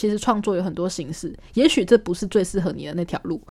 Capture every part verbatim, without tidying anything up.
其实创作有很多形式，也许这不是最适合你的那条路。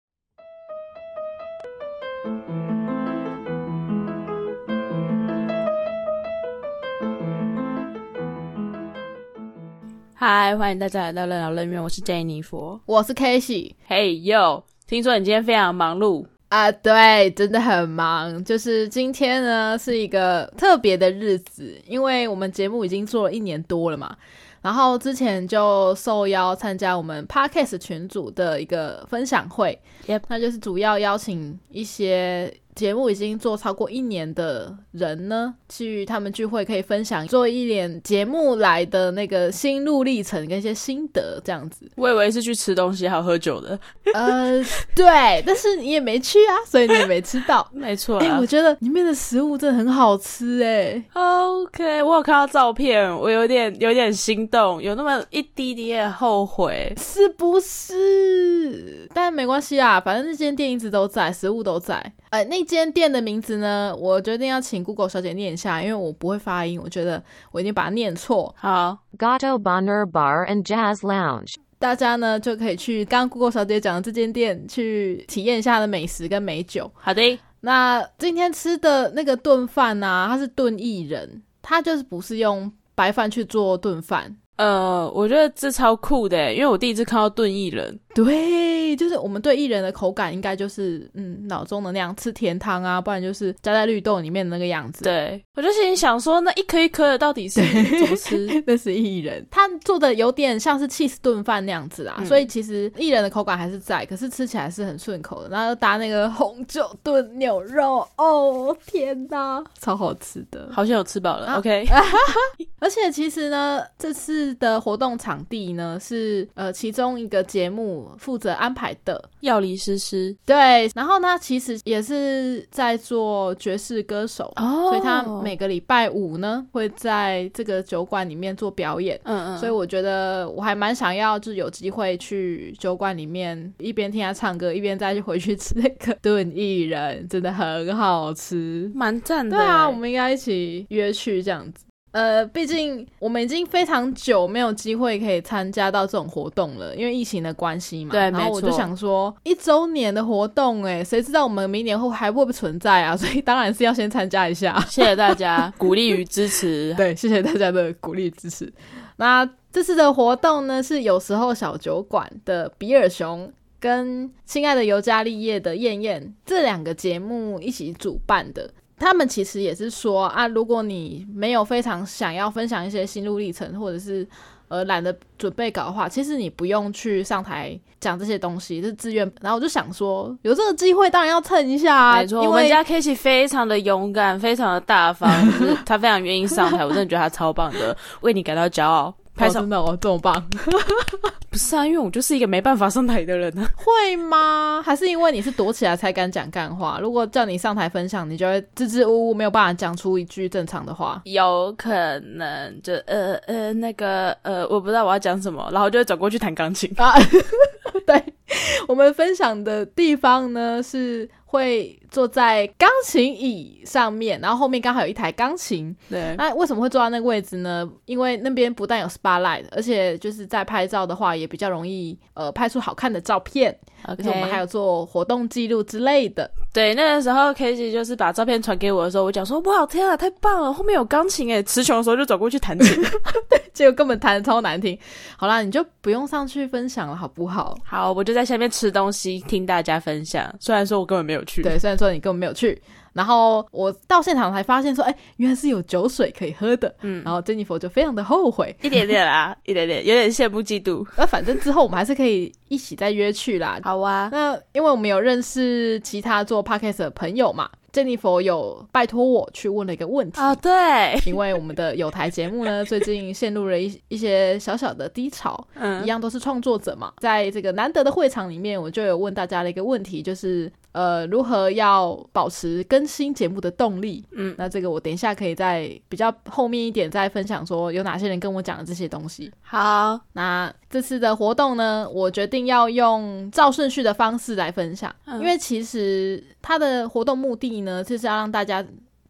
嗨，欢迎大家来到任劳任怨，我是 Jennifer， 我是 Casey。 嘿 yo， 听说你今天非常忙碌啊，对，真的很忙。就是今天呢是一个特别的日子，因为我们节目已经做了一年多了嘛，然后之前就受邀参加我们 Podcast 群组的一个分享会， yep. 那就是主要邀请一些节目已经做超过一年的人呢，去他们聚会可以分享做一年节目来的那个心路历程跟一些心得这样子。 我以为是去吃东西还有喝酒的。 呃，对，但是你也没去啊，所以你也没吃到。 没错啊。 欸，我觉得里面的食物真的很好吃欸。 OK， 我有看到照片，我有点有点心动，有那么一滴滴的后悔， 是不是？但没关系啊，反正那间店一直都在，食物都在。呃，那间店的名字呢，我决定要请 Google 小姐念一下，因为我不会发音，我觉得我一定把它念错。 好 Gato Bonheur Bar and Jazz Lounge， 大家呢就可以去刚刚 Google 小姐讲的这间店去体验一下它的美食跟美酒。 好的。 那今天吃的那个炖饭啊，它是炖薏仁，它就是不是用白饭去做炖饭。 呃，我觉得这超酷的，因为我第一次看到炖薏仁。 对，就是我们对薏仁的口感应该就是嗯脑中的那样，吃甜汤啊，不然就是加在绿豆里面的那个样子。 对，我就心里想说那一颗一颗的到底是怎么吃？ 那是薏仁，它做的有点像是 cheese 炖饭那样子啦，嗯，所以其实薏仁的口感还是在，可是吃起来是很顺口的，然后搭那个红酒炖牛肉，哦天哪，超好吃的， 好像有吃饱了，啊，OK 而且其实呢这次的活动场地呢是呃其中一个节目负责安排的药理诗诗。 对，然后呢其实也是在做爵士歌手， 哦， 所以他每个礼拜五呢会在这个酒馆里面做表演。 嗯嗯， 所以我觉得我还蛮想要就是有机会去酒馆里面一边听他唱歌一边再去回去吃那个炖薏仁，真的很好吃， 蛮赞的。 对啊，我们应该一起约去这样子。呃，毕竟我们已经非常久没有机会可以参加到这种活动了，因为疫情的关系嘛。 对， 然后我就想说，一周年的活动，哎，谁知道我们明年后还会不会存在啊？所以当然是要先参加一下。 谢谢大家鼓励与支持。 对，谢谢大家的鼓励支持。那这次的活动呢，是有时候小酒馆的比尔熊跟亲爱的尤加利叶的燕燕这两个节目一起主办的。他们其实也是说啊，如果你没有非常想要分享一些心路历程，或者是呃懒得准备稿的话，其实你不用去上台讲这些东西，是自愿。然后我就想说，有这个机会当然要蹭一下啊。 没错，我们家 Casey 非常的勇敢，非常的大方，就是他非常愿意上台，我真的觉得他超棒的，为你感到骄傲。 拍手，哦，真的哦，这么棒。 不是啊，因为我就是一个没办法上台的人啊。 会吗？还是因为你是躲起来才敢讲干话？如果叫你上台分享，你就会支支吾吾，没有办法讲出一句正常的话。 有可能就呃呃那个呃我不知道我要讲什么，然后就会转过去弹钢琴啊。 对，我们分享的地方呢是会坐在钢琴椅上面，然后后面刚好有一台钢琴。 对， 那为什么会坐到那个位置呢？因为那边不但有 spotlight， 而且就是在拍照的话也比较容易呃拍出好看的照片。 Okay. 就是我们还有做活动记录之类的。 对，那个时候 Casey 就是把照片传给我的时候，我讲说哇天啊太棒了，后面有钢琴耶，词穷的时候就走过去弹琴。 对，结果根本弹得超难听。好啦，你就不用上去分享了好不好？ 好，我就在下面吃东西听大家分享，虽然说我根本没有去。 对，虽然说你根本没有去，然后我到现场才发现说哎，原来是有酒水可以喝的。嗯，然后 Jennifer 就非常的后悔， 一点点啦一点点，有点羡慕嫉妒。 那反正之后我们还是可以一起再约去啦。 好啊， 那因为我们有认识其他做 podcast 的朋友嘛，Jennifer 有拜托我去问了一个问题啊，对， 因为我们的有台节目呢最近陷入了一一些小小的低潮，嗯，一样都是创作者嘛，在这个难得的会场里面，我就有问大家的一个问题，就是呃如何要保持更新节目的动力。嗯，那这个我等一下可以在比较后面一点再分享说有哪些人跟我讲的这些东西。 好， 那这次的活动呢，我决定要用照顺序的方式来分享，嗯，因为其实它的活动目的呢就是要让大家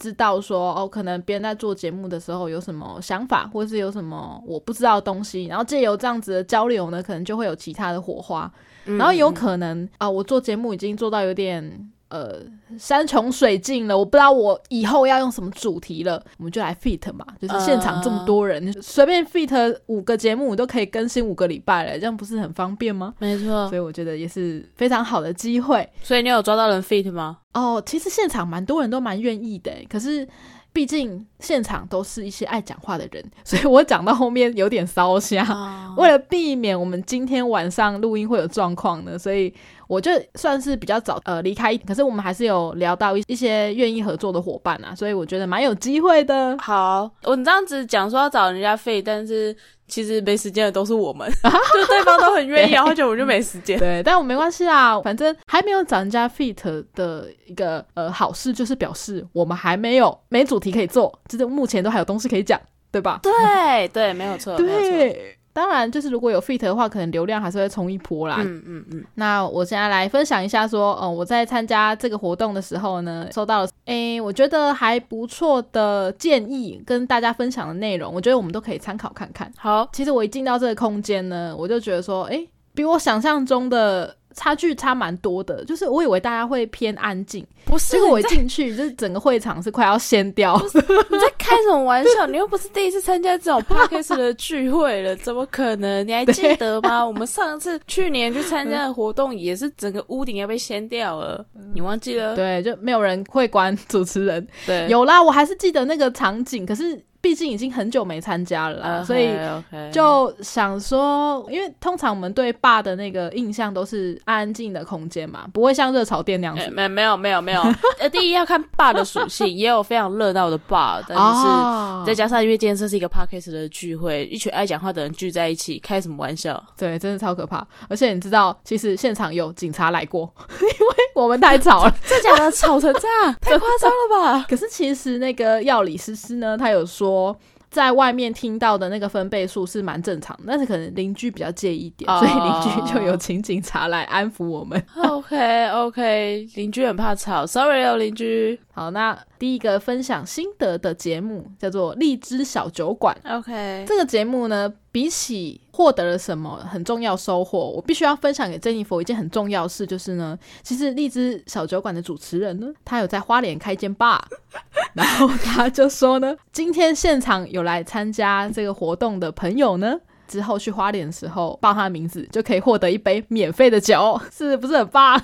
知道说哦，可能别人在做节目的时候有什么想法，或是有什么我不知道的东西，然后借由这样子的交流呢，可能就会有其他的火花。然后有可能啊、呃，我做节目已经做到有点呃山穷水尽了，我不知道我以后要用什么主题了，我们就来 fit 嘛，就是现场这么多人，随、uh... 便 fit 五个节目都可以更新五个礼拜了，这样不是很方便吗？ 没错， 所以我觉得也是非常好的机会。 所以你有抓到人 fit 吗？ 哦，其实现场蛮多人都蛮愿意的，可是毕竟现场都是一些爱讲话的人，所以我讲到后面有点烧瞎、oh. 为了避免我们今天晚上录音会有状况呢，所以我就算是比较早呃离开，可是我们还是有聊到一些愿意合作的伙伴啊，所以我觉得蛮有机会的。 好，我这样子讲说要找人家费，但是其实没时间的都是我们就对方都很愿意，然后就我就没时间。对， 但我没关系啊，反正还没有找人家 fit 的一个呃好事，就是表示我们还没有没主题可以做，就是目前都还有东西可以讲，对吧？ 对对，没有错， 对， 没有错。 当然就是如果有 fit 的话，可能流量还是会冲一波啦。 嗯嗯嗯。 那我现在来分享一下说，呃，我在参加这个活动的时候呢，收到了诶我觉得还不错的建议跟大家分享的内容，我觉得我们都可以参考看看。 好， 其实我一进到这个空间呢，我就觉得说，诶比我想象中的差距差蛮多的，就是我以为大家会偏安静， 不是， 结果我一进去就是整个会场是快要掀掉。 你在开什么玩笑？你又不是第一次参加这种 podcast 的聚会了，怎么可能？你还记得吗？我们上次去年去参加的活动也是整个屋顶要被掀掉了，你忘记了？ 对，就没有人会管主持人。 对， 有啦，我还是记得那个场景，可是毕竟已经很久没参加了啦， okay, 所以 okay. 就想说，因为通常我们对bar的那个印象都是安静的空间嘛，不会像热炒店那样子。 没没有没有没有，呃，第一要看bar的属性，也有非常热闹的bar，但是、哦、再加上因为今天这是一个 podcast 的聚会，一群爱讲话的人聚在一起，开什么玩笑？ 对，真的超可怕。而且你知道，其实现场有警察来过，因为我们太吵了。 真假的吵成这样，太夸张了吧？ 可是其实那个药理师师呢，他有说。在外面听到的那个分贝数是蛮正常的，但是可能邻居比较介意一点， oh. 所以邻居就有请警察来安抚我们。 OK OK， 邻居很怕吵 ，Sorry 哦，邻居。 好，那第一个分享心得的节目叫做荔枝小酒馆。 OK， 这个节目呢，比起获得了什么很重要收获，我必须要分享给珍妮佛一件很重要的事，就是呢，其实荔枝小酒馆的主持人呢，他有在花莲开间 bar 然后他就说呢，今天现场有来参加这个活动的朋友呢，之后去花莲的时候报他的名字就可以获得一杯免费的酒，是不是很棒？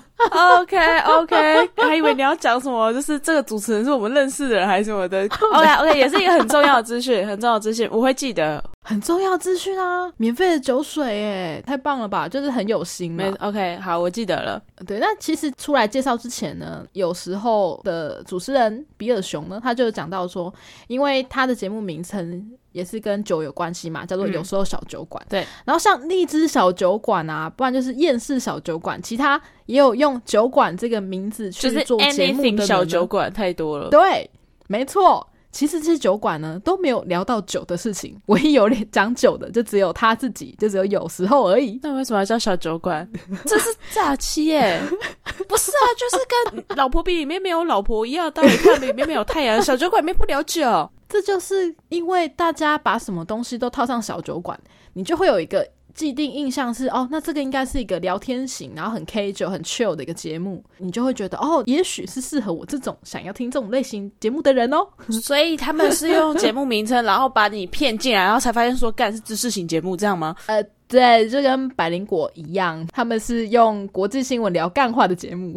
OK OK， 还以为你要讲什么，就是这个主持人是我们认识的人还是什么的。OK OK， 也是一个很重要的资讯，很重要的资讯，我会记得。 很重要的资讯啊，免费的酒水耶，太棒了吧，就是很有心嘛。 OK， 好，我记得了。 对，那其实出来介绍之前呢，有时候的主持人比尔熊呢，他就有讲到说，因为他的节目名称也是跟酒有关系嘛，叫做有时候小酒馆、嗯、对，然后像荔枝小酒馆啊，不然就是厌世小酒馆，其他也有用酒馆这个名字去做节目的人、 就是、anything 小酒馆太多了。 对，没错，其实这些酒馆呢都没有聊到酒的事情，唯一有讲酒的就只有他自己，就只有有时候而已。 那为什么要叫小酒馆？这是诈欺耶！不是啊，就是跟老婆比里面没有老婆一样，道理看里面没有太阳，小酒馆里面不聊酒。 这就是因为大家把什么东西都套上小酒馆，你就会有一个既定印象是，哦，那这个应该是一个聊天型，然后很 casual 很 chill 的一个节目，你就会觉得，哦，也许是适合我这种想要听这种类型节目的人哦。 所以他们是用节目名称然后把你骗进来，然后才发现说干是知识型节目这样吗？ 呃对，就跟百灵果一样，他们是用国际新闻聊干话的节目。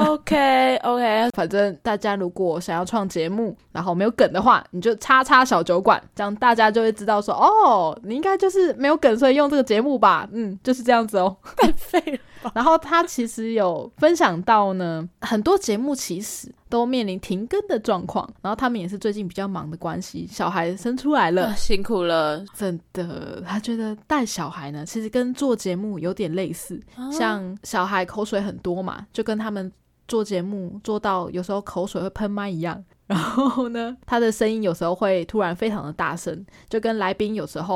OK OK， 反正大家如果想要创节目然后没有梗的话，你就叉叉小酒馆，这样大家就会知道说，哦，你应该就是没有梗所以用这个节目吧。嗯，就是这样子哦。 太废了吧。然后他其实有分享到呢，很多节目其实都面临停更的状况，然后他们也是最近比较忙的关系，小孩生出来了、 啊、辛苦了， 真的。他觉得带小孩呢其实跟做节目有点类似、啊、像小孩口水很多嘛，就跟他们做节目做到有时候口水会喷麦一样，然后呢他的声音有时候会突然非常的大声，就跟来宾有时候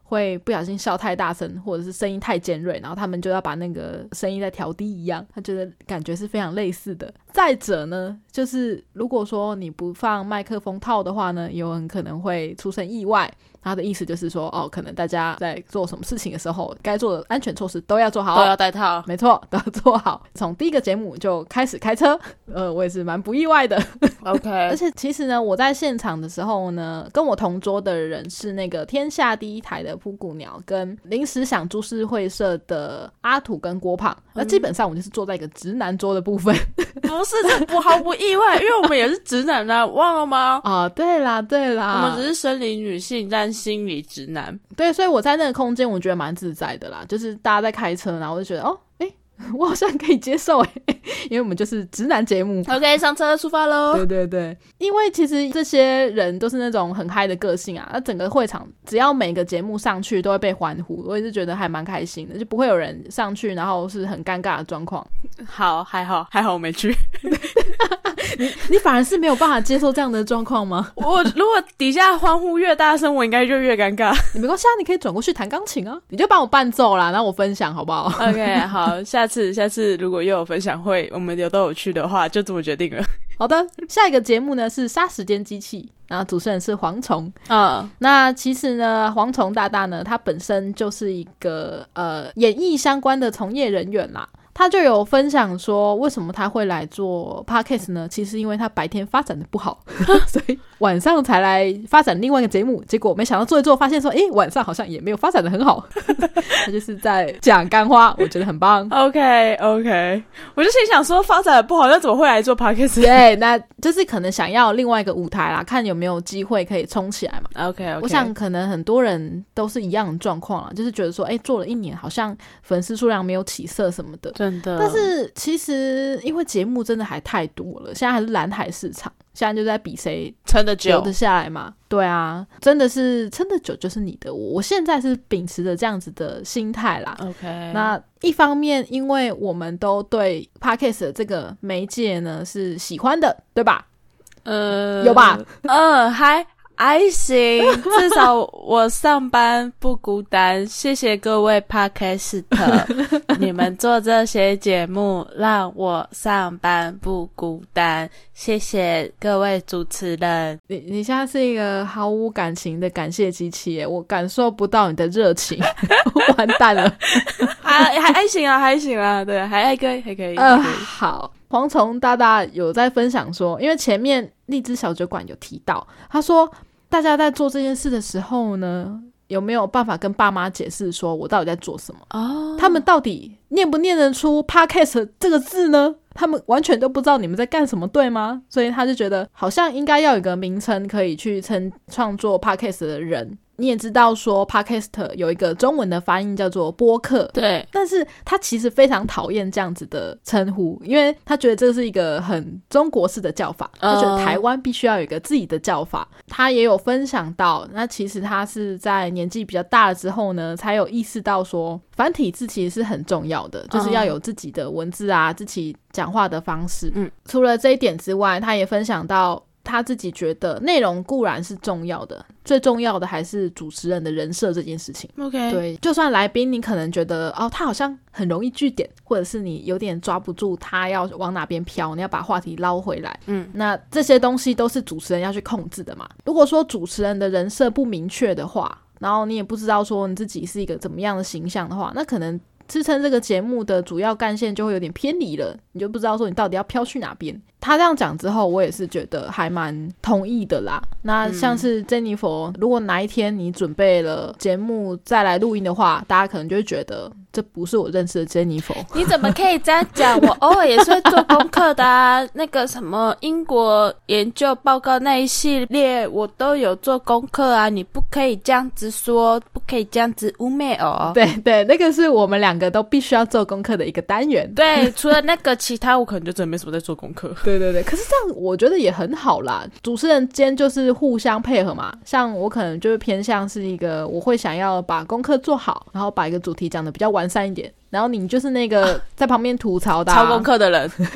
会不小心笑太大声，或者是声音太尖锐，然后他们就要把那个声音再调低一样，他觉得感觉是非常类似的。再者呢，就是如果说你不放麦克风套的话呢，有很可能会出现意外。他的意思就是说，哦，可能大家在做什么事情的时候，该做的安全措施都要做好， 都要戴套， 没错，都要做好。从第一个节目就开始开车，呃，我也是蛮不意外的。 OK， 而且其实呢，我在现场的时候呢，跟我同桌的人是那个天下第一台的噗谷鸟，跟临时想株式会社的阿土跟郭胖。那基本上我就是坐在一个直男桌的部分。 不是，这我毫不意外，因为我们也是直男啊，忘了吗？ 啊，对啦对啦， 我们只是生理女性，但心理直男。 对，所以我在那个空间我觉得蛮自在的啦，就是大家在开车，然后我就觉得哦，诶我好像可以接受诶，因为我们就是直男节目。 OK， 上车出发咯。 对对对，因为其实这些人都是那种很嗨的个性啊，那整个会场只要每个节目上去都会被欢呼，我也是觉得还蛮开心的，就不会有人上去然后是很尴尬的状况。 好，还好还好我没去。 你你反而是没有办法接受这样的状况吗？ 我如果底下欢呼越大声，我应该就越尴尬。 你没关系啊，你可以转过去弹钢琴啊，你就帮我伴奏啦，然后我分享好不好？ OK， 好，下次下次如果又有分享会，我们有都有去的话，就这么决定了。 好的，下一个节目呢是杀时间机器，然后主持人是蝗虫。 嗯， 那其实呢，蝗虫大大呢，他本身就是一个呃演艺相关的从业人员啦。他就有分享说为什么他会来做 podcast 呢，其实因为他白天发展的不好所以晚上才来发展另外一个节目，结果没想到做一做发现说诶晚上好像也没有发展的很好他就是在讲干话，我觉得很棒。 OK OK， 我就心想说发展的不好那怎么会来做 podcast？ 对，那就是可能想要另外一个舞台啦，看有没有机会可以冲起来嘛。 OK OK， 我想可能很多人都是一样的状况啦，就是觉得说诶做了一年好像粉丝数量没有起色什么的， 真的。 但是其实因为节目真的还太多了，现在还是蓝海市场，现在就在比谁撑得久留得下来嘛。对啊，真的是撑得久就是你的。我我现在是秉持着这样子的心态啦。 OK， 那一方面因为我们都对 Podcast 的这个媒介呢是喜欢的，对吧？ 呃， 有吧？ 嗯，还还行，至少我上班不孤单。谢谢各位 Podcast， 你们做这些节目让我上班不孤单。谢谢各位主持人。 你你现在是一个毫无感情的感谢机器耶，我感受不到你的热情完蛋了还还还行啊，还行啊，对，还还可以，还可以。 呃， 还可以好。蝗虫大大有在分享说，因为前面荔枝小酒馆有提到，他说大家在做这件事的时候呢，有没有办法跟爸妈解释说我到底在做什么？ 哦， 他们到底念不念得出 podcast 这个字呢？他们完全都不知道你们在干什么，对吗？所以他就觉得好像应该要有一个名称可以去称创作 podcast 的人。你也知道说 podcast 有一个中文的发音叫做播客， 对， 但是他其实非常讨厌这样子的称呼，因为他觉得这是一个很中国式的叫法，他觉得台湾必须要有一个自己的叫法。他也有分享到，那其实他是在年纪比较大了之后呢，才有意识到说繁体字其实是很重要的，就是要有自己的文字啊，自己讲话的方式。嗯，除了这一点之外，他也分享到他自己觉得内容固然是重要的，最重要的还是主持人的人设这件事情。 OK， 对，就算来宾你可能觉得哦他好像很容易句点，或者是你有点抓不住他要往哪边飘，你要把话题捞回来，嗯，那这些东西都是主持人要去控制的嘛。如果说主持人的人设不明确的话，然后你也不知道说你自己是一个怎么样的形象的话，那可能支撑这个节目的主要干线就会有点偏离了，你就不知道说你到底要飘去哪边。他这样讲之后，我也是觉得还蛮同意的啦。那像是 Jennifer、嗯、如果哪一天你准备了节目再来录音的话，大家可能就会觉得这不是我认识的 Jennifer。 你怎么可以这样讲？我偶尔也是会做功课的啊那个什么英国研究报告那一系列我都有做功课啊，你不可以这样子说，不可以这样子污蔑哦。 对对，那个是我们两个都必须要做功课的一个单元。 对，除了那个其他我可能就真的没什么在做功课。 对对对，可是这样我觉得也很好啦，主持人间就是互相配合嘛。像我可能就是偏向是一个我会想要把功课做好，然后把一个主题讲得比较完善一点，然后你就是那个在旁边吐槽的、啊、 抄功课的人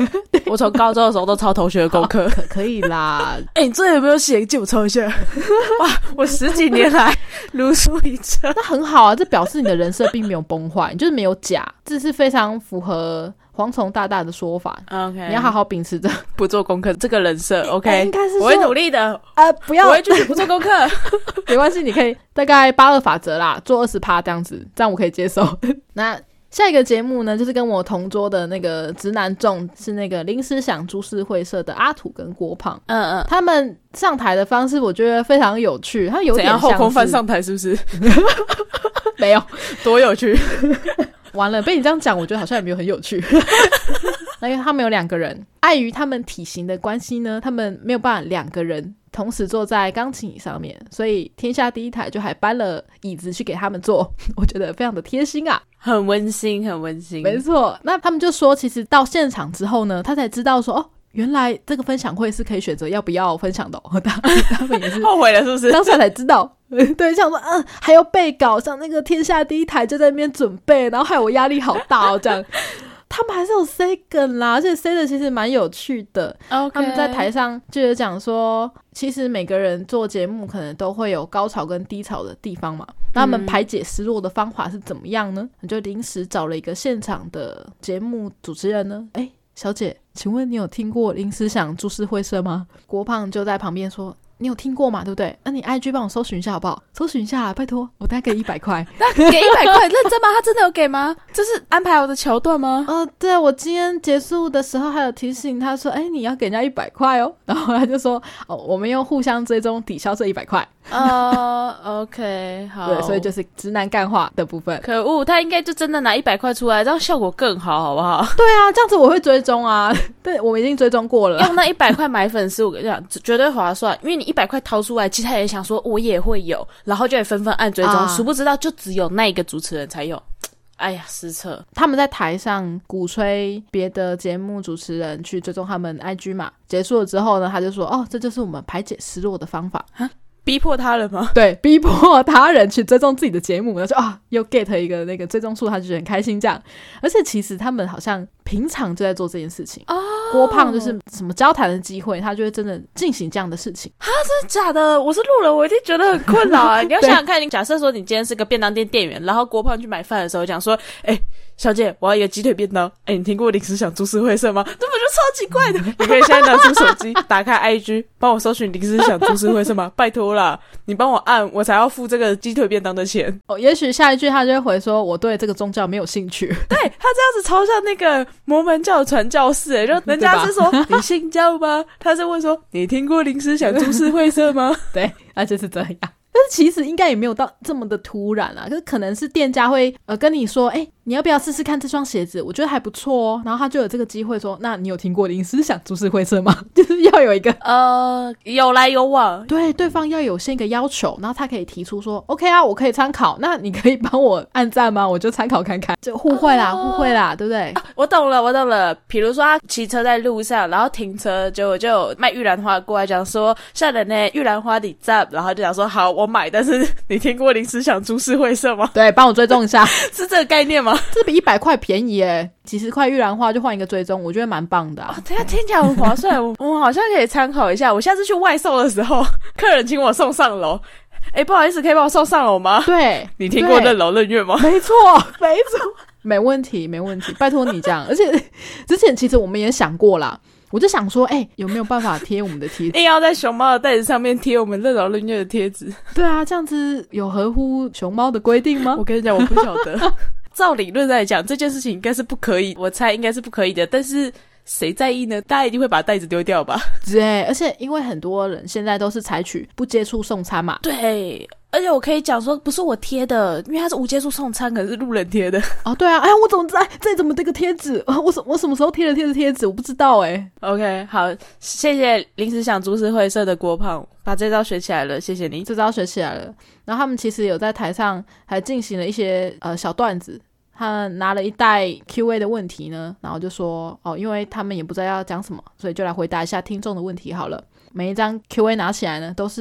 我从高中的时候都抄同学的功课。 可可以啦。 哎、欸，你这有没有写？借我抄一下。哇，我十几年来如出一辙。 那很好啊，这表示你的人设并没有崩坏，你就是没有假，这是非常符合蝗虫大大的说法。 OK， 你要好好秉持着不做功课这个人设。OK，、欸、 应该是我会努力的。 呃，不要， 我会继续不做功课。 没关系，你可以大概八二法则啦，做二十趴这样子，这样我可以接受。那下一个节目呢，就是跟我同桌的那个直男众，是那个临时想株式会社的阿土跟郭胖。 嗯嗯， 他们上台的方式我觉得非常有趣，他有点像是怎样后空翻上台是不是？ 没有， 多有趣。 完了，被你这样讲，我觉得好像也没有很有趣。那因为他们有两个人，碍于他们体型的关系呢，他们没有办法两个人同时坐在钢琴椅上面，所以天下第一台就还搬了椅子去给他们坐，我觉得非常的贴心啊， 很温馨，很温馨。 没错，那他们就说，其实到现场之后呢，他才知道说，哦，原来这个分享会是可以选择要不要分享的哦。他们也是后悔了，是不是？ 当时才知道。对，像说嗯，还有备稿，像那个天下第一台就在那边准备，然后害我压力好大哦，这样。他们还是有 say 梗啦，而且 say 的其实蛮有趣的。 Okay. 他们在台上就有讲说，其实每个人做节目可能都会有高潮跟低潮的地方嘛，那他们排解失落的方法是怎么样呢？你就临时找了一个现场的节目主持人呢，诶，小姐，请问你有听过临时想株式会社吗？郭胖就在旁边说，你有听过嘛，对不对？那你 I G 帮我搜寻一下好不好？搜寻一下啦，拜托，我大概给一百块。 那给一百块，认真吗？他真的有给吗？这是安排好的桥段吗？ 哦、呃，对，我今天结束的时候还有提醒他说，哎，你要给人家一百块哦。然后他就说，哦，我们用互相追踪抵消这一百块。 哦、uh, ，OK， 好。 对，所以就是直男干话的部分。 可恶，他应该就真的拿一百块出来，这样效果更好，好不好？ 对啊，这样子我会追踪啊。对，我们已经追踪过了。 用那一百块买粉丝，我跟你讲，绝对划算，因为你一百块掏出来，其他人想说我也会有，然后就会纷纷按追踪，啊、殊不知道就只有那一个主持人才有。哎呀，失策！ 他们在台上鼓吹别的节目主持人去追踪他们 I G 嘛，结束了之后呢，他就说：“哦，这就是我们排解失落的方法。” 逼迫他人吗？ 对，逼迫他人去追踪自己的节目，他说啊，又 get 一个那个追踪数，他就觉得很开心这样。而且其实他们好像平常就在做这件事情。哦，郭胖就是什么交谈的机会，他就会真的进行这样的事情。 哈，真的假的？我是路人，我一定觉得很困扰啊！你要想想看，你假设说你今天是个便当店店员，然后郭胖去买饭的时候讲说，哎、欸，小姐，我要一个鸡腿便当。哎、欸，你听过临时想株式会社吗？这不就超奇怪的？你可以现在拿出手机，打开 I G， 帮我搜寻临时想株式会社吗？拜托啦，你帮我按，我才要付这个鸡腿便当的钱。 哦，也许下一句他就会回说，我对这个宗教没有兴趣。 对，他这样子超像那个摩门教的传教士，哎，就人家是说你信教吗？他是问说你听过临时想株式会社吗？ 对，那就是这样。但是其实应该也没有到这么的突然啊，就是可能是店家会呃跟你说，哎，你要不要试试看这双鞋子？我觉得还不错哦。然后他就有这个机会说，那你有听过临时想株式会社吗？就是要有一个呃有来有往， 对，对方要有先一个要求，然后他可以提出说 ，OK 啊，我可以参考，那你可以帮我按赞吗？我就参考看看，就互惠啦，哦、互惠啦，对不对、 啊？我懂了，我懂了。比如说他骑车在路上，然后停车，结果就有卖玉兰花过来讲说，下人呢玉兰花你赞，然后就讲说好，我买，但是你听过临时想株式会社吗？ 对，帮我追踪一下， 是这个概念吗？ 这比一百块便宜耶，几十块玉兰花就换一个追踪，我觉得蛮棒的、啊。 哦，对啊，听起来很划算，我我好像可以参考一下。我下次去外送的时候，客人请我送上楼，哎，不好意思，可以帮我送上楼吗？ 对， 你听过任劳任怨吗？ 没错，没错，没问题，没问题，拜托你这样。而且之前其实我们也想过啦。我就想说，哎、欸，有没有办法贴我们的贴纸？ 硬要在熊猫的袋子上面贴我们任劳任怨的贴纸？ 对啊，这样子有合乎熊猫的规定吗？ 我跟你讲，我不晓得。照理论来讲，这件事情应该是不可以，我猜应该是不可以的。但是谁在意呢？大家一定会把袋子丢掉吧？ 对，而且因为很多人现在都是采取不接触送餐嘛。 对。而且我可以讲说不是我贴的，因为它是无接触送餐，可是路人贴的。 哦，对啊，哎，我怎么知道这怎么这个贴纸？我什我什么时候贴了贴的贴纸？我不知道哎、欸。 OK， 好，谢谢临时想株式会社的郭胖，把这招学起来了，谢谢你。 这招学起来了，然后他们其实有在台上还进行了一些呃小段子。他拿了一袋 Q A 的问题呢，然后就说哦，因为他们也不知道要讲什么，所以就来回答一下听众的问题好了。每一张 Q A 拿起来呢，都是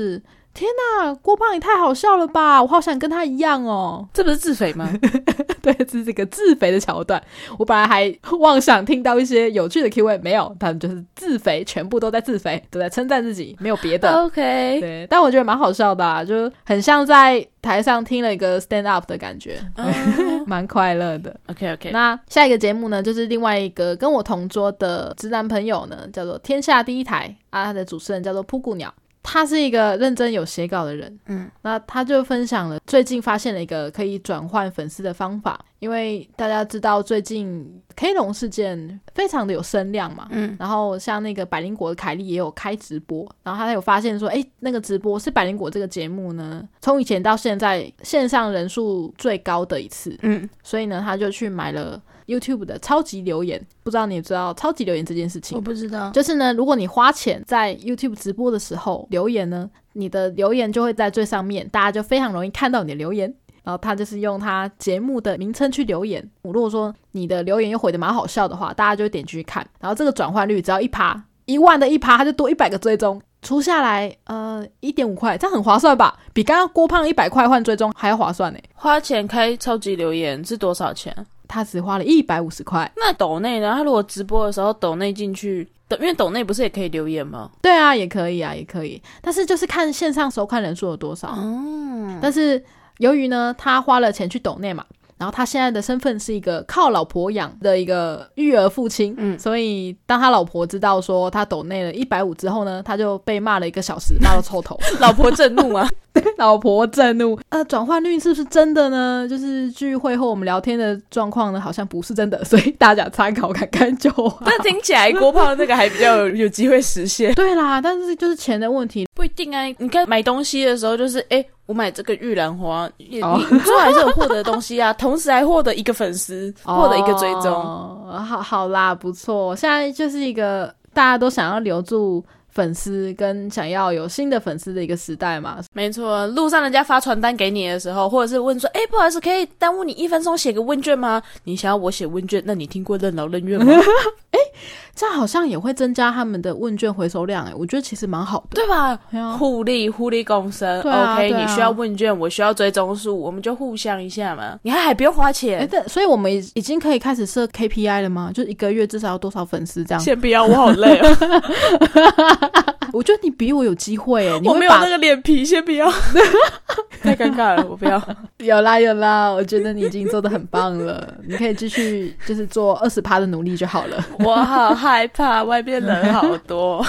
天哪，郭胖也太好笑了吧，我好想跟他一样哦。 这不是自肥吗？ 对，这是这个自肥的桥段。我本来还妄想听到一些有趣的 Q A， 没有，他们就是自肥，全部都在自肥，都在称赞自己，没有别的。 OK， 对，但我觉得蛮好笑的啊，就很像在台上听了一个 stand up 的感觉，蛮、uh... 快乐的。 OK OK， 那下一个节目呢，就是另外一个跟我同桌的直男朋友呢，叫做天下第一台啊，他的主持人叫做噗咕鸟。他是一个认真有写稿的人，嗯，那他就分享了最近发现了一个可以转换粉丝的方法，因为大家知道最近 K 龙事件非常的有声量嘛，嗯，然后像那个百灵果的凯莉也有开直播，然后他有发现说，哎，那个直播是百灵果这个节目呢，从以前到现在线上人数最高的一次，嗯，所以呢，他就去买了YouTube 的超级留言。不知道你也知道超级留言这件事情？ 我不知道。 就是呢，如果你花钱在 YouTube 直播的时候留言呢，你的留言就会在最上面，大家就非常容易看到你的留言。然后他就是用他节目的名称去留言，如果说你的留言又回得蛮好笑的话，大家就会点进去看。然后这个转换率只要 百分之一， 一万的 百分之一， 他就多一百个追踪，除下来呃 一点五块，这样很划算吧？比刚刚郭胖一百块换追踪还要划算耶。 花钱开超级留言是多少钱？ 他只花了一百五十块。 那抖内呢？他如果直播的时候抖内进去，因为抖内不是也可以留言吗？ 对啊，也可以啊，也可以。但是就是看线上收看人数有多少。嗯，但是由于呢，他花了钱去抖内嘛，然后他现在的身份是一个靠老婆养的一个育儿父亲，嗯，所以当他老婆知道说他抖内了一百五之后呢，他就被骂了一个小时，骂到臭头。 老婆震怒啊！ 老婆震怒。呃，转换率是不是真的呢？就是据会后我们聊天的状况呢，好像不是真的，所以大家参考看看就好。 但听起来郭胖那个还比较有有机会实现。 对啦，但是就是钱的问题。 不一定啊，你看买东西的时候就是哎。我买这个玉兰花，你、oh. 你最后还是有获得东西啊，同时还获得一个粉丝，获得一个追踪。 Oh, 好好啦，不错。现在就是一个大家都想要留住粉丝跟想要有新的粉丝的一个时代嘛。 没错，路上人家发传单给你的时候，或者是问说，哎，不好意思，可以耽误你一分钟写个问卷吗？你想要我写问卷，那你听过任劳任怨吗？ 哎，这样好像也会增加他们的问卷回收量，哎，我觉得其实蛮好的， 对吧？互利互利共生。 对啊 OK， 对啊， 你需要问卷，我需要追踪数，我们就互相一下嘛。你还还不用花钱。 哎，所以我们已经可以开始设 K P I 了吗？就一个月至少要多少粉丝这样？ 先不要，我好累哦。 我觉得你比我有机会耶， 我没有那个脸皮，先不要。太尴尬了，我不要。 有啦有啦，我觉得你已经做得很棒了，你可以继续就是做 百分之二十 的努力就好了。 我好害怕，外面人好多。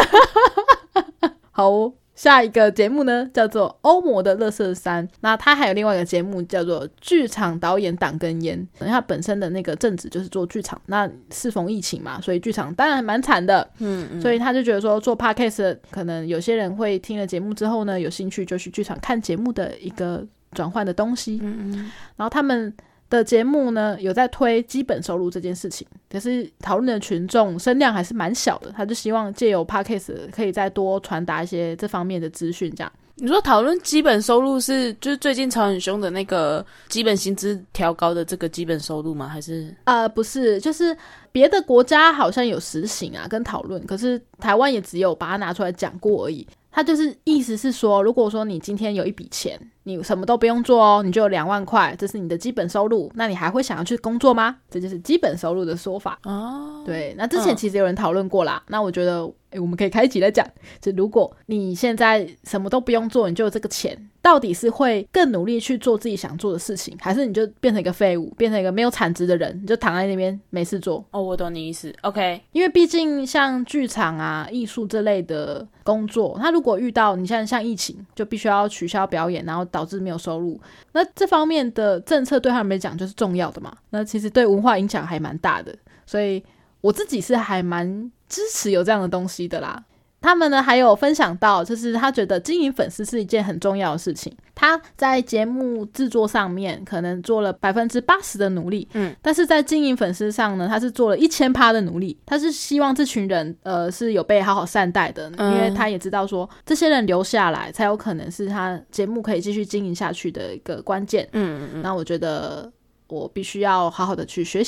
好哦，下一个节目呢叫做欧魔的垃圾山，那他还有另外一个节目叫做剧场导演党根烟，他本身的那个正职就是做剧场，那适逢疫情嘛，所以剧场当然蛮惨的，嗯嗯，所以他就觉得说做 podcast 可能有些人会听了节目之后呢有兴趣就去剧场看节目的一个转换的东西，嗯嗯，然后他们的节目呢有在推基本收入这件事情，可是讨论的群众声量还是蛮小的，他就希望借由 podcast 可以再多传达一些这方面的资讯这样。 你说讨论基本收入是就是最近吵很凶的那个基本薪资调高的这个基本收入吗？还是呃不是，就是别的国家好像有实行啊跟讨论，可是台湾也只有把它拿出来讲过而已。他就是意思是说，如果说你今天有一笔钱，你什么都不用做哦，你就有两万块，这是你的基本收入，那你还会想要去工作吗？这就是基本收入的说法哦。对，那之前其实有人讨论过啦、嗯、那我觉得诶我们可以开一集来讲，就如果你现在什么都不用做，你就有这个钱，到底是会更努力去做自己想做的事情，还是你就变成一个废物，变成一个没有产值的人，你就躺在那边没事做？ 哦，我懂你意思 OK。 因为毕竟像剧场啊艺术这类的工作，他如果遇到你像像疫情就必须要取消表演，然后导致没有收入，那这方面的政策对他们来讲就是重要的嘛，那其实对文化影响还蛮大的，所以我自己是还蛮支持有这样的东西的啦。他们呢还有分享到，就是他觉得经营粉丝是一件很重要的事情，他在节目制作上面可能做了 百分之八十 的努力，嗯，但是在经营粉丝上呢他是做了 百分之千 的努力，他是希望这群人呃是有被好好善待的、嗯、因为他也知道说这些人留下来才有可能是他节目可以继续经营下去的一个关键，嗯嗯嗯，那我觉得我必须要好好的去学习，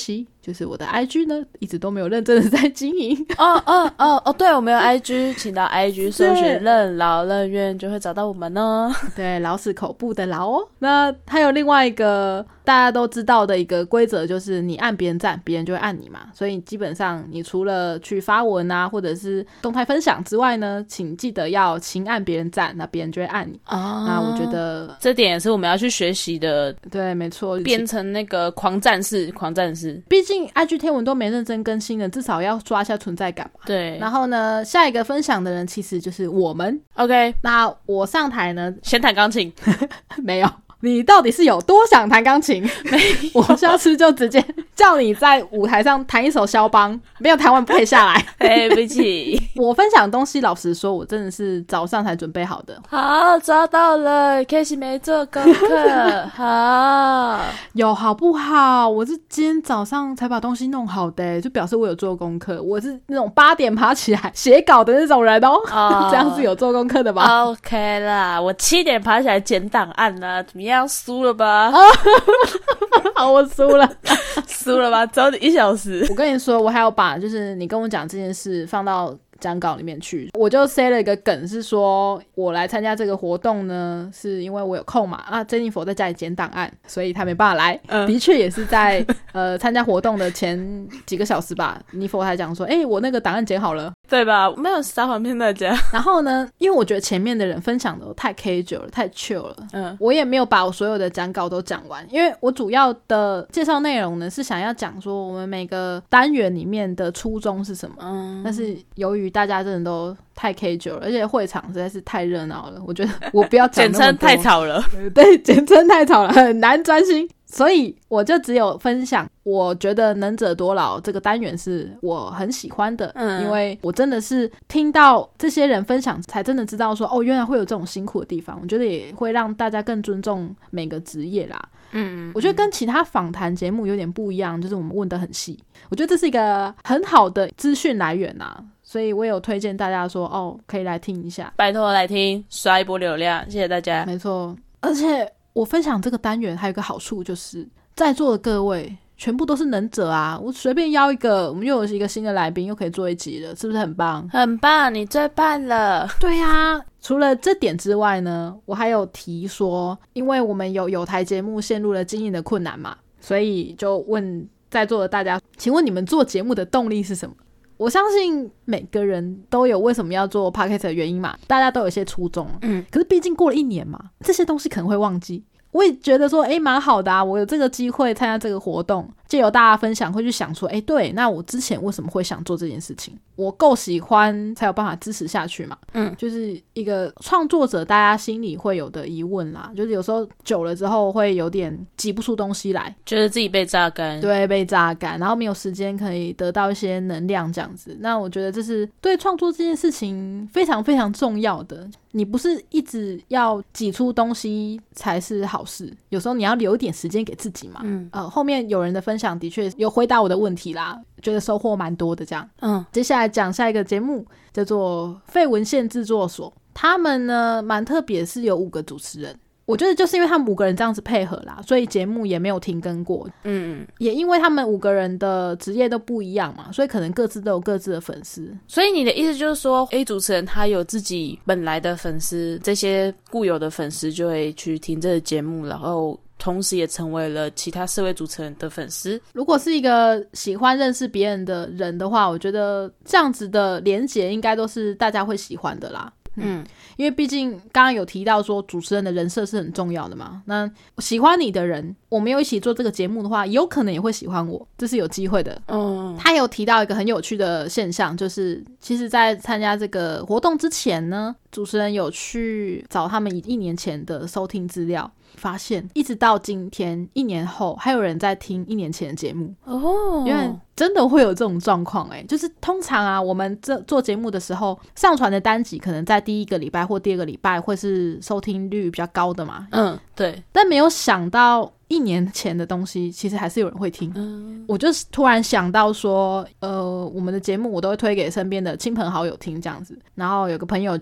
就是我的 I G 呢一直都没有认真的在经营。 哦哦哦哦，对，我们有 I G， 请到 I G 搜寻任劳任怨就会找到我们哦。 对，劳是口部的劳哦。那还有另外一个大家都知道的一个规则，就是你按别人赞，别人就会按你嘛。所以基本上你除了去发文啊，或者是动态分享之外呢，请记得要勤按别人赞，那别人就会按你。 哦， 那我觉得这点也是我们要去学习的。 对，没错， 变成那个狂战士，狂战士。 毕竟 I G 贴文都没认真更新的，至少要刷一下存在感嘛。 对。 然后呢，下一个分享的人其实就是我们。 OK， 那我上台呢， 先弹钢琴。 没有。你到底是有多想弹钢琴？我下次就直接叫你在舞台上弹一首肖邦，没有弹完不可以下来。 对不起， 我分享的东西老实说我真的是早上才准备好的。 好，抓到了，可惜没做功课。好， 有好不好？我是今天早上才把东西弄好的，就表示我有做功课。我是那种八点爬起来写稿的那种人哦。Oh, 这样是有做功课的吧 ？OK 啦，我七点爬起来剪档案啦，怎么样？输了吧？ 好，我输了， 输了吧？只有你一小时。 我跟你说，我还要把就是你跟我讲这件事放到讲稿里面去，我就塞了一个梗，是说我来参加这个活动呢，是因为我有空嘛，啊 Jennifer 在家里剪档案，所以他没办法来。嗯、的确也是在呃参加活动的前几个小时吧，Jennifer 才讲说，哎、欸，我那个档案剪好了， 对吧？没有撒谎骗大家。 然后呢，因为我觉得前面的人分享的太 casual 了，太 chill 了，嗯，我也没有把我所有的讲稿都讲完，因为我主要的介绍内容呢是想要讲说我们每个单元里面的初衷是什么，嗯，但是由于大家真的都太 casual 了，而且会场实在是太热闹了，我觉得我不要讲那么多简称太吵了。 对，简称太吵了，很难专心，所以我就只有分享我觉得能者多劳这个单元是我很喜欢的，嗯，因为我真的是听到这些人分享才真的知道说，哦，原来会有这种辛苦的地方，我觉得也会让大家更尊重每个职业啦。嗯，我觉得跟其他访谈节目有点不一样，就是我们问得很细，我觉得这是一个很好的资讯来源啊，所以我有推荐大家说，哦，可以来听一下， 拜托来听，刷一波流量，谢谢大家。 没错，而且我分享这个单元还有一个好处，就是在座的各位全部都是能者啊，我随便邀一个，我们又有一个新的来宾，又可以做一集了，是不是很棒？ 很棒，你最棒了。 对啊，除了这点之外呢，我还有提说，因为我们有有台节目陷入了经营的困难嘛，所以就问在座的大家，请问你们做节目的动力是什么？我相信每个人都有为什么要做 podcast 的原因嘛，大家都有一些初衷，嗯，可是毕竟过了一年嘛，这些东西可能会忘记。我也觉得说，诶，蛮好的啊，我有这个机会参加这个活动，藉由大家分享会去想说，诶，对，那我之前为什么会想做这件事情？我够喜欢才有办法支持下去嘛。嗯，就是一个创作者大家心里会有的疑问啦，就是有时候久了之后会有点挤不出东西来， 觉得自己被榨干。 对，被榨干，然后没有时间可以得到一些能量这样子。那我觉得这是对创作这件事情非常非常重要的，你不是一直要挤出东西才是好事，有时候你要留一点时间给自己嘛。嗯，呃，后面有人的分享的确有回答我的问题啦，觉得收获蛮多的这样。嗯，接下来讲下一个节目叫做废文献制作所，他们呢蛮特别，是有五个主持人。我觉得就是因为他们五个人这样子配合啦，所以节目也没有停更过。嗯，也因为他们五个人的职业都不一样嘛，所以可能各自都有各自的粉丝。 所以你的意思就是说 A 主持人他有自己本来的粉丝，这些固有的粉丝就会去听这个节目，然后同时也成为了其他四位主持人的粉丝。 如果是一个喜欢认识别人的人的话，我觉得这样子的连结应该都是大家会喜欢的啦。嗯，因为毕竟刚刚有提到说主持人的人设是很重要的嘛，那喜欢你的人，我们有一起做这个节目的话，有可能也会喜欢我，这是有机会的。嗯，他有提到一个很有趣的现象，就是其实在参加这个活动之前呢，主持人有去找他们一年前的收听资料，发现一直到今天一年后还有人在听一年前的节目哦，因为真的会有这种状况欸，就是通常啊我们这做节目的时候上传的单集可能在第一个礼拜或第二个礼拜会是收听率比较高的嘛， 嗯，对， 但没有想到一年前的东西其实还是有人会听。嗯，我就突然想到说呃，我们的节目我都会推给身边的亲朋好友听这样子，然后有个朋友就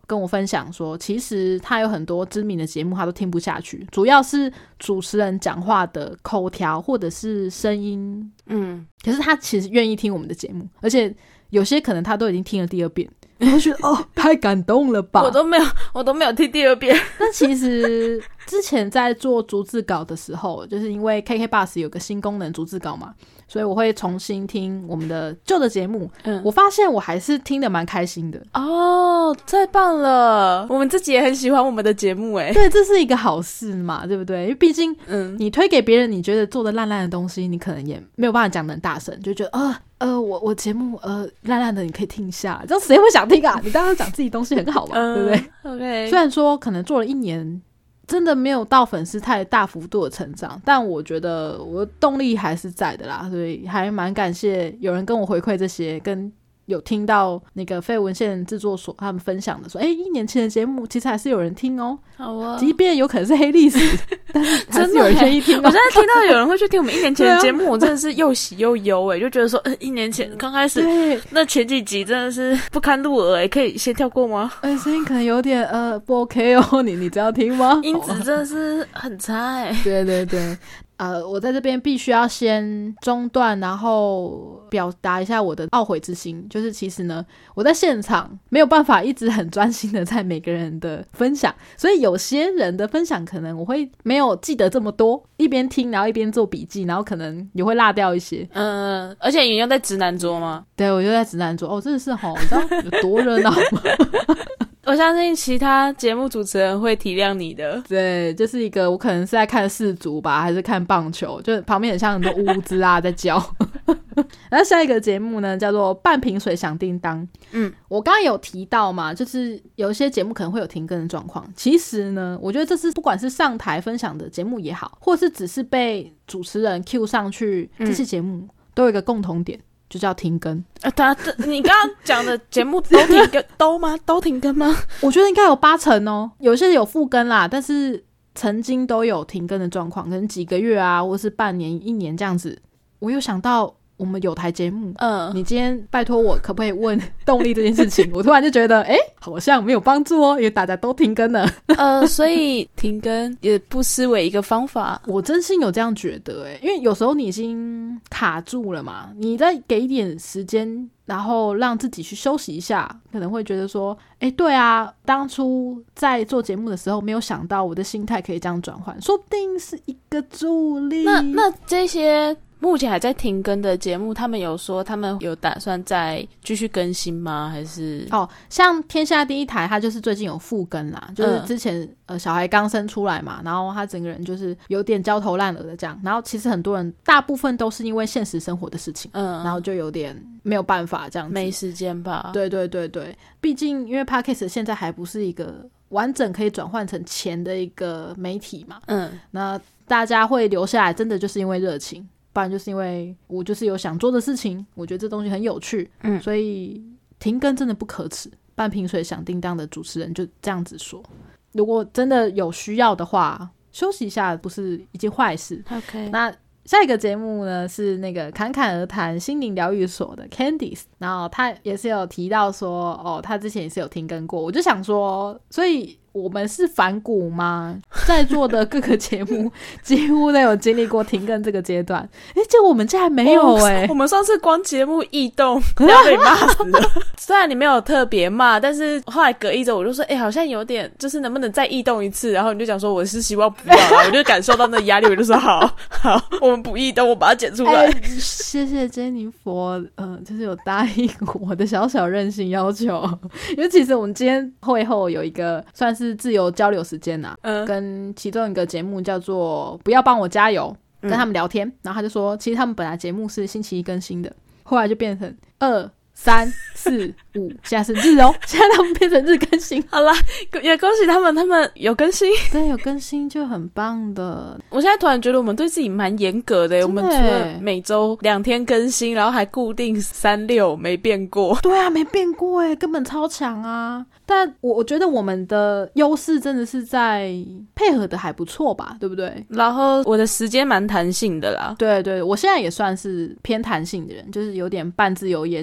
跟我分享说，其实他有很多知名的节目他都听不下去，主要是主持人讲话的口条或者是声音，嗯，可是他其实愿意听我们的节目，而且有些可能他都已经听了第二遍，我就觉得哦，太感动了吧！ 我都没有，我都没有听第二遍。 那其实之前在做逐字稿的时候，就是因为 K K Bus 有个新功能逐字稿嘛，所以我会重新听我们的旧的节目。嗯，我发现我还是听得蛮开心的。 哦，太棒了！我们自己也很喜欢我们的节目诶。 对，这是一个好事嘛，对不对？因为毕竟，嗯，你推给别人，你觉得做的烂烂的东西，你可能也没有办法讲得很大声，就觉得呃呃，我我节目呃烂烂的，你可以听一下，这样谁会想听啊？你当然讲自己东西很好嘛，嗯、对不对 ？OK， 虽然说可能做了一年，真的没有到粉丝太大幅度的成长，但我觉得我的动力还是在的啦，所以还蛮感谢有人跟我回馈这些，跟有听到那个非文献制作所他们分享的说，哎，一年前的节目其实还是有人听哦，好啊，即便有可能是黑历史，但是还是有人愿意听哦。 我现在听到有人会去听我们一年前的节目，啊、我真的是又喜又忧哎，就觉得说，呃，一年前刚开始那前几集真的是不堪入耳哎，可以先跳过吗？ 哎，声音可能有点呃不 OK 哦，你你知道听吗？ 音质真的是很差哎。 对对对。呃，我在这边必须要先中断，然后表达一下我的懊悔之心，就是其实呢，我在现场没有办法一直很专心的在每个人的分享，所以有些人的分享可能我会没有记得这么多，一边听然后一边做笔记，然后可能也会落掉一些。 嗯，而且你又在直男桌吗？ 对，我就在直男桌。哦，真的是齁，你知道有多热闹吗？ 我相信其他节目主持人会体谅你的。 对，就是一个我可能是在看世足吧，还是看棒球，就旁边很像很多乌兹啊在叫。然后下一个节目呢叫做半瓶水响叮当。嗯，我刚刚有提到嘛，就是有一些节目可能会有停更的状况，其实呢我觉得这是不管是上台分享的节目也好，或是只是被主持人 cue 上去，这些节目都有一个共同点，就叫停更。 呃，对啊，你刚刚讲的节目都停更都吗？都停更吗？ 我觉得应该有八成哦，有些有复更啦，但是曾经都有停更的状况，可能几个月啊，或是半年、一年这样子。我有想到我们有台节目，嗯，你今天拜托我可不可以问动力这件事情？我突然就觉得，哎，好像没有帮助哦，因为大家都停更了。 呃，所以停更也不失为一个方法。 我真心有这样觉得，哎，因为有时候你已经卡住了嘛，你再给一点时间，然后让自己去休息一下，可能会觉得说，哎，对啊，当初在做节目的时候没有想到我的心态可以这样转换，说不定是一个助力。 那那这些目前还在停更的节目，他们有说他们有打算再继续更新吗？还是哦，像天下第一台，他就是最近有复更啦，就是之前、嗯、呃小孩刚生出来嘛，然后他整个人就是有点焦头烂额的这样，然后其实很多人大部分都是因为现实生活的事情，嗯，然后就有点没有办法这样子， 没时间吧？ 对对对对，毕竟因为 Podcast 现在还不是一个完整可以转换成钱的一个媒体嘛，嗯，那大家会留下来，真的就是因为热情。不然就是因为我就是有想做的事情，我觉得这东西很有趣，嗯，所以停更真的不可耻。半瓶水响叮当的主持人就这样子说，如果真的有需要的话，休息一下不是一件坏事。 OK， 那下一个节目呢是那个侃侃而谈心灵疗愈所的 Candice， 然后他也是有提到说哦，他之前也是有停更过，我就想说，所以我们是反骨吗？在座的各个节目几乎都有经历过停更这个阶段，诶，结果我们竟然没有诶、 欸、我们上次光节目异动要被骂死了。虽然你没有特别骂，但是后来隔一周我就说，诶、欸、好像有点就是能不能再异动一次，然后你就讲说我是希望不要啦。我就感受到那压力，我就说好好，我们不异动，我把它剪出来、欸、 谢谢 Jennifer 呃，就是有答应我的小小任性要求。因为其实我们今天会后有一个算是自由交流时间啊、嗯、跟其中一个节目叫做不要帮我加油，跟他们聊天、嗯、然后他就说其实他们本来节目是星期一更新的，后来就变成二三四五，现在是日哦，现在他们变成日更新。 好啦，也恭喜他们，他们有更新， 对，有更新就很棒的。 我现在突然觉得我们对自己蛮严格的，我们除了每周两天更新，然后还固定三六没变过。 对啊，没变过耶，根本超强啊。但我我觉得我们的优势真的是在配合的还不错吧，对不对？ 然后我的时间蛮弹性的啦。 对对，我现在也算是偏弹性的人，就是有点半自由业这样子。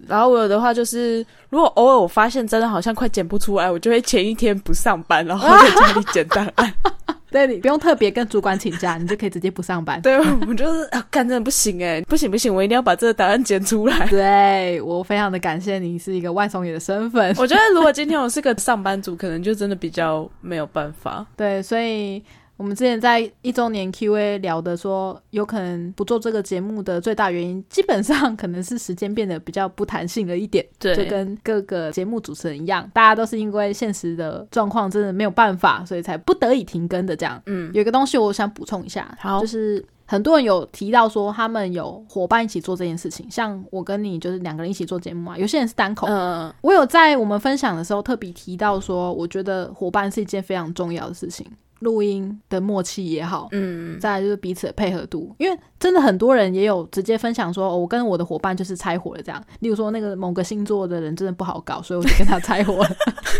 然后我有的话就是，如果偶尔我发现真的好像快剪不出来，我就会前一天不上班，然后在家里剪档案。 对，你不用特别跟主管请假，你就可以直接不上班。 对，我就是啊，干真的不行哎，不行不行，我一定要把这个档案剪出来。 对，我非常的感谢你是一个外送员的身份。 我觉得如果今天我是个上班族，可能就真的比较没有办法。 对，所以我们之前在一周年 Q A 聊的说，有可能不做这个节目的最大原因，基本上可能是时间变得比较不弹性了一点。 对， 就跟各个节目主持人一样，大家都是因为现实的状况真的没有办法，所以才不得已停更的这样。嗯，有一个东西我想补充一下，好，就是很多人有提到说他们有伙伴一起做这件事情，像我跟你就是两个人一起做节目嘛，有些人是单口。嗯，我有在我们分享的时候特别提到说，我觉得伙伴是一件非常重要的事情。录音的默契也好，嗯，再来就是彼此的配合度，因为真的很多人也有直接分享说、哦、我跟我的伙伴就是拆伙了这样，例如说那个某个星座的人真的不好搞，所以我就跟他拆伙了。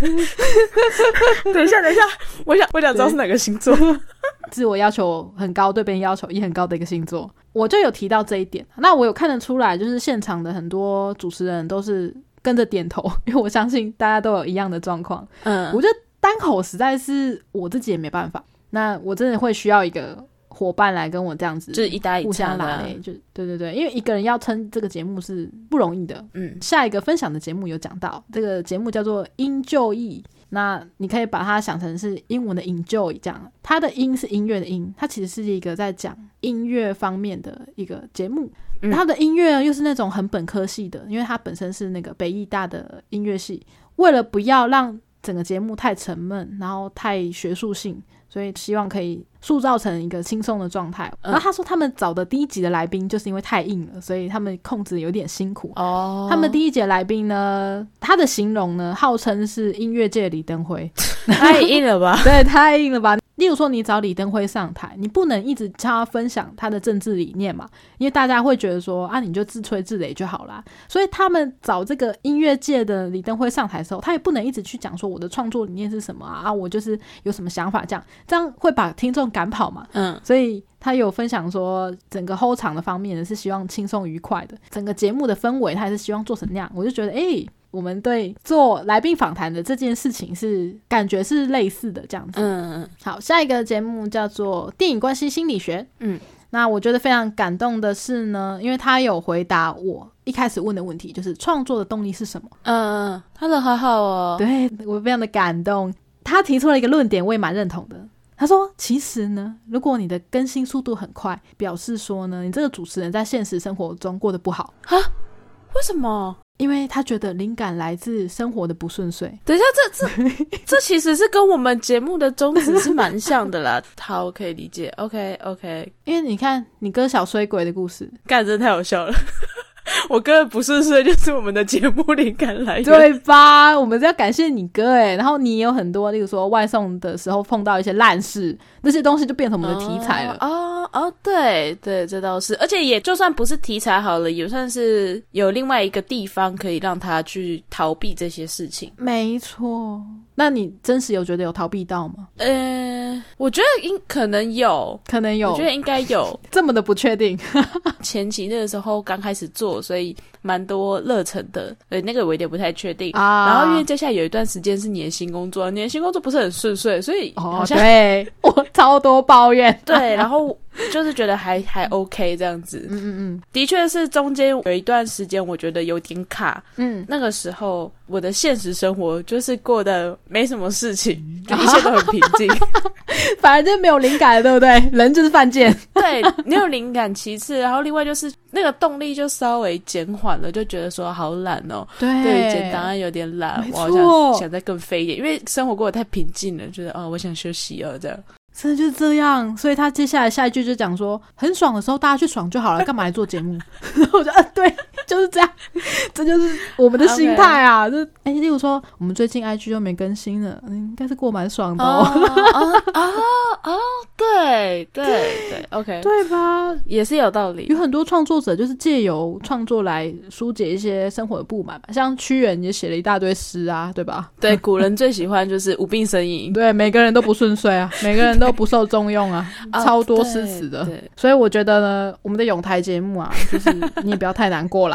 等一下等一下，我想我想知道是哪个星座。 自我要求很高，对别人要求也很高的一个星座，我就有提到这一点。那我有看得出来，就是现场的很多主持人都是跟着点头，因为我相信大家都有一样的状况。嗯，我觉得单口实在是我自己也没办法，那我真的会需要一个伙伴来跟我这样子， 就是一搭一互相拉累，就对对对，因为一个人要撑这个节目是不容易的。嗯，下一个分享的节目有讲到，这个节目叫做音就义，那你可以把它想成是英文的 enjoy 这样，它的音是音乐的音，它其实是一个在讲音乐方面的一个节目。嗯、它的音乐又是那种很本科系的，因为它本身是那个北艺大的音乐系，为了不要让整个节目太沉闷然后太学术性，所以希望可以塑造成一个轻松的状态。然后他说他们找的第一集的来宾就是因为太硬了，所以他们控制有点辛苦。哦，他们第一集的来宾呢，他的形容呢号称是音乐界的李登辉。 太硬了吧？ 对，太硬了吧。例如说你找李登辉上台，你不能一直叫他分享他的政治理念嘛，因为大家会觉得说啊，你就自吹自擂就好啦。所以他们找这个音乐界的李登辉上台的时候，他也不能一直去讲说我的创作理念是什么 啊, 啊我就是有什么想法，这样这样会把听众赶跑嘛。嗯，所以他有分享说整个后场的方面呢是希望轻松愉快的，整个节目的氛围他还是希望做成那样。我就觉得哎、欸我们对做来宾访谈的这件事情是感觉是类似的这样子。嗯嗯。好，下一个节目叫做电影关系心理学。嗯，那我觉得非常感动的是呢，因为他有回答我一开始问的问题，就是创作的动力是什么。 嗯嗯，他的好好哦。 对，我非常的感动。他提出了一个论点，我也蛮认同的。他说其实呢，如果你的更新速度很快，表示说呢你这个主持人在现实生活中过得不好。 哈？为什么？ 因为他觉得灵感来自生活的不顺遂。 等一下，这这这其实是跟我们节目的宗旨是蛮像的啦。好，可以理解。OK OK， 因为你看你哥小衰鬼的故事， 干真的太好笑了。我哥的不顺遂就是我们的节目灵感来源， 对吧？我们要感谢你哥耶，然后你也有很多例如说外送的时候碰到一些烂事，那些东西就变成我们的题材了。 哦哦哦，对对，这倒是，而且也就算不是题材好了，也算是有另外一个地方可以让他去逃避这些事情。 没错。那你真实有觉得有逃避到吗？ 呃，我觉得应可能有， 可能有， 我觉得应该有。 这么的不确定。 前期那个时候刚开始做，所以蛮多热忱的，对，那个我有点不太确定啊。然后因为接下来有一段时间是你的新工作，你的新工作不是很顺遂，所以好像、 哦、对我超多抱怨。 对，然后就是觉得还还 OK 这样子。嗯嗯嗯，的确是中间有一段时间我觉得有点卡。嗯，那个时候我的现实生活就是过得没什么事情，就一切都很平静。 反而就没有灵感了，对不对？人就是犯贱。 对，没有灵感其次，然后另外就是那个动力就稍微减缓了，就觉得说好懒哦。对，对，剪档案有点懒，我好像想再更飞一点，因为生活过得太平静了，觉得哦，我想休息了这样。 真的就是这样，所以他接下来下一句就讲说，很爽的时候大家去爽就好了，干嘛来做节目？然后我就啊，对，就是这样，这就是我们的心态啊。Okay. 就哎，例如说我们最近 I G 又没更新了，应该是过蛮爽的哦。 哦哦哦，对对对 ，OK， 对吧？ 也是有道理。 有很多创作者就是借由创作来疏解一些生活的不满，像屈原也写了一大堆诗啊，对吧？ 对，古人最喜欢就是无病呻吟。 对，每个人都不顺遂啊，每个人都。都不受重用啊，超多诗词的。所以我觉得呢，我们的咏台节目啊，就是你也不要太难过啦。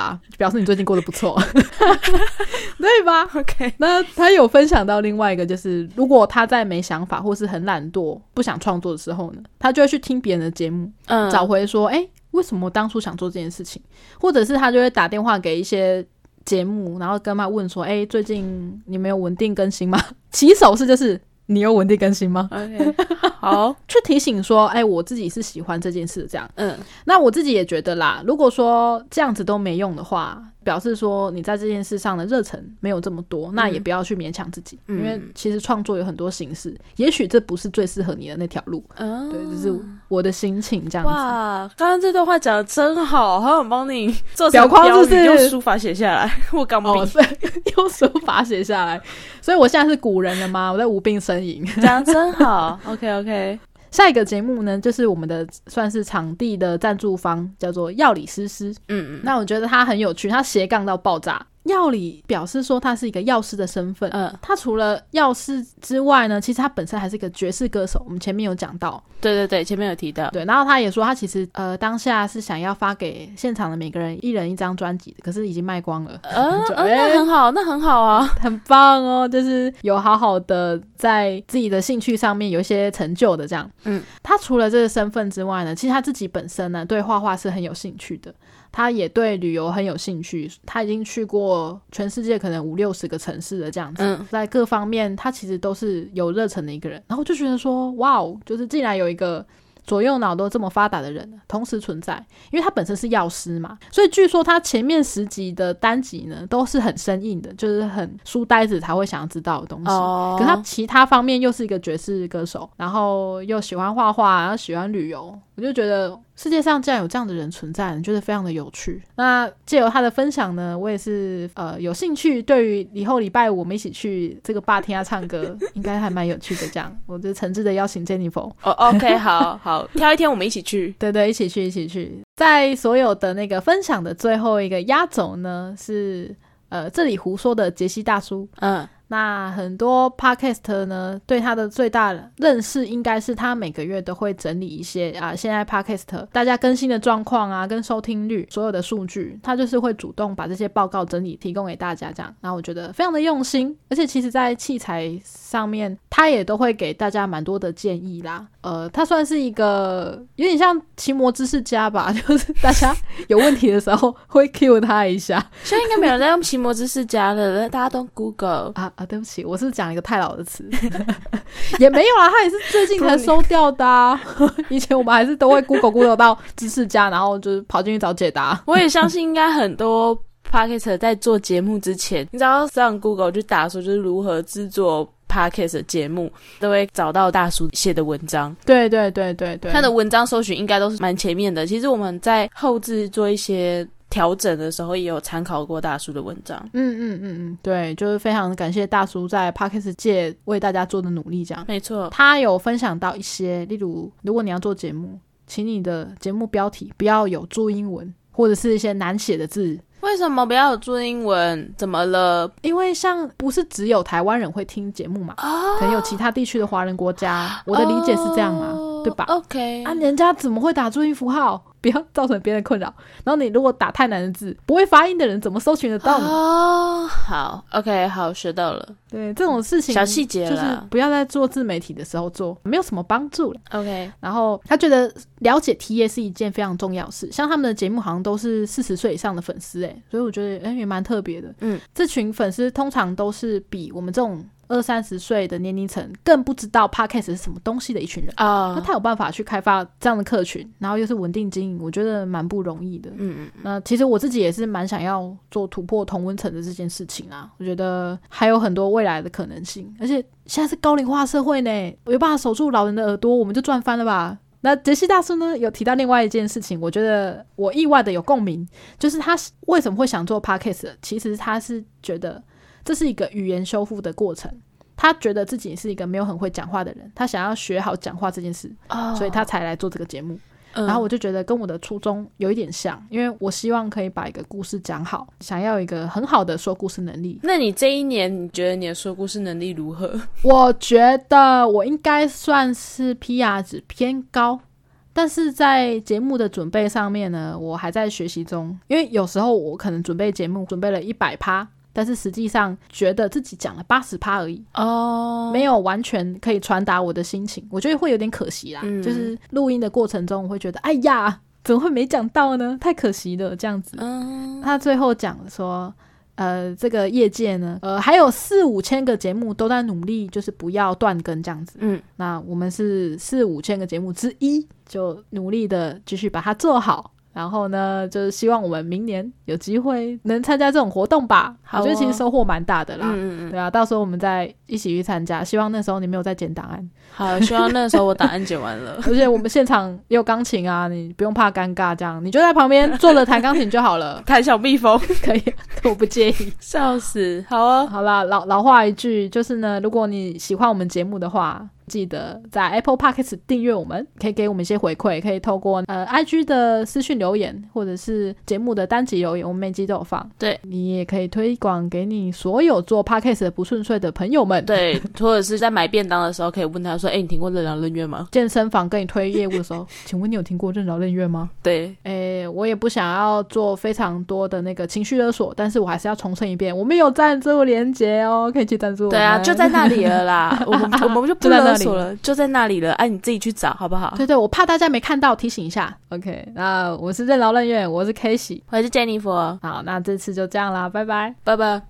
啦，表示你最近过得不错对吧 OK， 那他有分享到另外一个，就是如果他在没想法或是很懒惰不想创作的时候呢，他就会去听别人的节目、嗯、找回说诶为什么我当初想做这件事情，或者是他就会打电话给一些节目，然后跟他问说诶最近你没有稳定更新吗？起手式就是你有稳定更新吗 OK 好去提醒说哎、欸，我自己是喜欢这件事这样。 嗯， 那我自己也觉得啦，如果说这样子都没用的话，表示说你在这件事上的热忱没有这么多、嗯、那也不要去勉强自己、嗯、因为其实创作有很多形式，也许这不是最适合你的那条路、嗯、对，这是我的心情这样子。 哇，刚刚这段话讲得真好，好想帮你做成表框就是标语用书法写下来或钢笔、哦、 用书法写下来，所以我现在是古人了吗？我在无病呻吟， 讲得真好OK OK。 下一个节目呢，就是我们的算是场地的赞助方，叫做药理诗诗。嗯嗯，那我觉得他很有趣，他斜杠到爆炸。药理表示说他是一个药师的身份，嗯，他除了药师之外呢，其实他本身还是一个爵士歌手，我们前面有讲到， 对对对，前面有提到， 对，然后他也说他其实呃当下是想要发给现场的每个人一人一张专辑的，可是已经卖光了， 呃、呃那很好，那很好啊， 很棒哦，就是有好好的在自己的兴趣上面有一些成就的这样。嗯，他除了这个身份之外呢，其实他自己本身呢对画画是很有兴趣的，他也对旅游很有兴趣，他已经去过全世界可能五六十个城市的这样子、嗯、在各方面他其实都是有热忱的一个人，然后就觉得说哇哦，就是竟然有一个左右脑都这么发达的人同时存在，因为他本身是药师嘛，所以据说他前面十集的单集呢都是很生硬的，就是很书呆子才会想要知道的东西、哦、可是他其他方面又是一个爵士歌手，然后又喜欢画画，然后喜欢旅游，我就觉得世界上竟然有这样的人存在，觉得非常的有趣。那藉由他的分享呢，我也是呃有兴趣，对于以后礼拜五我们一起去这个吧听他唱歌应该还蛮有趣的这样，我就诚挚的邀请 Jennifer。 哦 OK 好好，挑一天我们一起去。 对对，一起去一起去。在所有的那个分享的最后一个压轴呢，是呃这里胡说的杰西大叔。嗯，那很多 podcast 呢对他的最大认识应该是他每个月都会整理一些啊，现在 podcast 大家更新的状况啊跟收听率所有的数据，他就是会主动把这些报告整理提供给大家这样，然后我觉得非常的用心，而且其实在器材上面他也都会给大家蛮多的建议啦。呃，他算是一个有点像奇摩知识家吧，就是大家有问题的时候会 cue 他一下。 现在应该没有人在用奇摩知识家了，大家都 Google 啊啊，对不起，我是讲一个太老的词也没有啦，他也是最近才收掉的啊以前我们还是都会 Google Google 到知识家，然后就是跑进去找解答。 我也相信应该很多 Podcast 在做节目之前，你只要上 Google 去打说就是如何制作Podcast 的节目，都会找到大叔写的文章。 对对对对对， 他的文章搜寻应该都是蛮前面的，其实我们在后制做一些调整的时候也有参考过大叔的文章。 嗯嗯嗯嗯，对，就是非常感谢大叔在 Podcast 界为大家做的努力这样。 没错， 他有分享到一些，例如如果你要做节目，请你的节目标题不要有注英文或者是一些难写的字。 为什么不要有注英文？怎么了？ 因为像不是只有台湾人会听节目嘛、哦、可能有其他地区的华人国家，我的理解是这样嘛、哦、对吧 OK 啊，人家怎么会打注音符号？不要造成别人困扰。然后你如果打太难的字，不会发音的人怎么搜寻得到呢？ 哦，好 OK 好，学到了。 对，这种事情小细节啦， 就是不要在做自媒体的时候做，没有什么帮助了。 OK， 然后他觉得了解 T A 是一件非常重要的事，像他们的节目好像都是四十岁以上的粉丝诶，所以我觉得诶也蛮特别的。嗯，这群粉丝通常都是比我们这种二三十岁的年龄层更不知道 Podcast 是什么东西的一群人啊、oh. 那他有办法去开发这样的客群，然后又是稳定经营，我觉得蛮不容易的。嗯嗯，那其实我自己也是蛮想要做突破同温层的这件事情啊，我觉得还有很多未来的可能性，而且现在是高龄化社会呢，我有办法守住老人的耳朵，我们就赚翻了吧。那杰西大叔呢有提到另外一件事情，我觉得我意外的有共鸣，就是他为什么会想做 Podcast， 其实他是觉得这是一个语言修复的过程，他觉得自己是一个没有很会讲话的人，他想要学好讲话这件事、oh. 所以他才来做这个节目、嗯、然后我就觉得跟我的初衷有一点像，因为我希望可以把一个故事讲好，想要有一个很好的说故事能力。 那你这一年你觉得你的说故事能力如何？ 我觉得我应该算是 P R 值偏高， 但是在节目的准备上面呢，我还在学习中，因为有时候我可能准备节目准备了一百趴，但是实际上觉得自己讲了八十趴而已哦， 没有完全可以传达我的心情，我觉得会有点可惜啦、嗯、就是录音的过程中我会觉得哎呀怎么会没讲到呢，太可惜了这样子、嗯、他最后讲说呃，这个业界呢，呃，还有四五千个节目都在努力，就是不要断更这样子。嗯，那我们是四五千个节目之一，就努力的继续把它做好。然后呢，就是希望我们明年有机会能参加这种活动吧。哦、我觉得其实收获蛮大的啦。嗯嗯对啊，到时候我们再一起去参加。希望那时候你没有在剪档案。 好，希望那时候我档案剪完了。 而且我们现场也有钢琴啊，你不用怕尴尬，这样你就在旁边坐着弹钢琴就好了。 弹小蜜蜂可以，我不介意。 笑死，好啊。 好啦，老老话一句，就是呢，如果你喜欢我们节目的话，记得在 Apple Podcast 订阅我们，可以给我们一些回馈，可以透过呃 I G 的私讯留言，或者是节目的单集留言，我们每集都有放。 对， 你也可以推广给你所有做 Podcast 的不顺遂的朋友们。 对，或者是在买便当的时候，可以问他说：“哎、欸，你听过任劳任怨吗？” 健身房跟你推业务的时候，请问你有听过任劳任怨吗？ 对， 哎，我也不想要做非常多的那个情绪勒索，但是我还是要重申一遍，我们有赞助连结哦，可以去赞助我们。 对啊，就在那里了啦，我们我们就不勒索了，就在那里了，哎、啊，你自己去找好不好？ 对对，我怕大家没看到，提醒一下。OK， 那我是任劳任怨，我是 Casey， 我是 Jennifer。 好，那这次就这样啦，拜拜， 拜拜。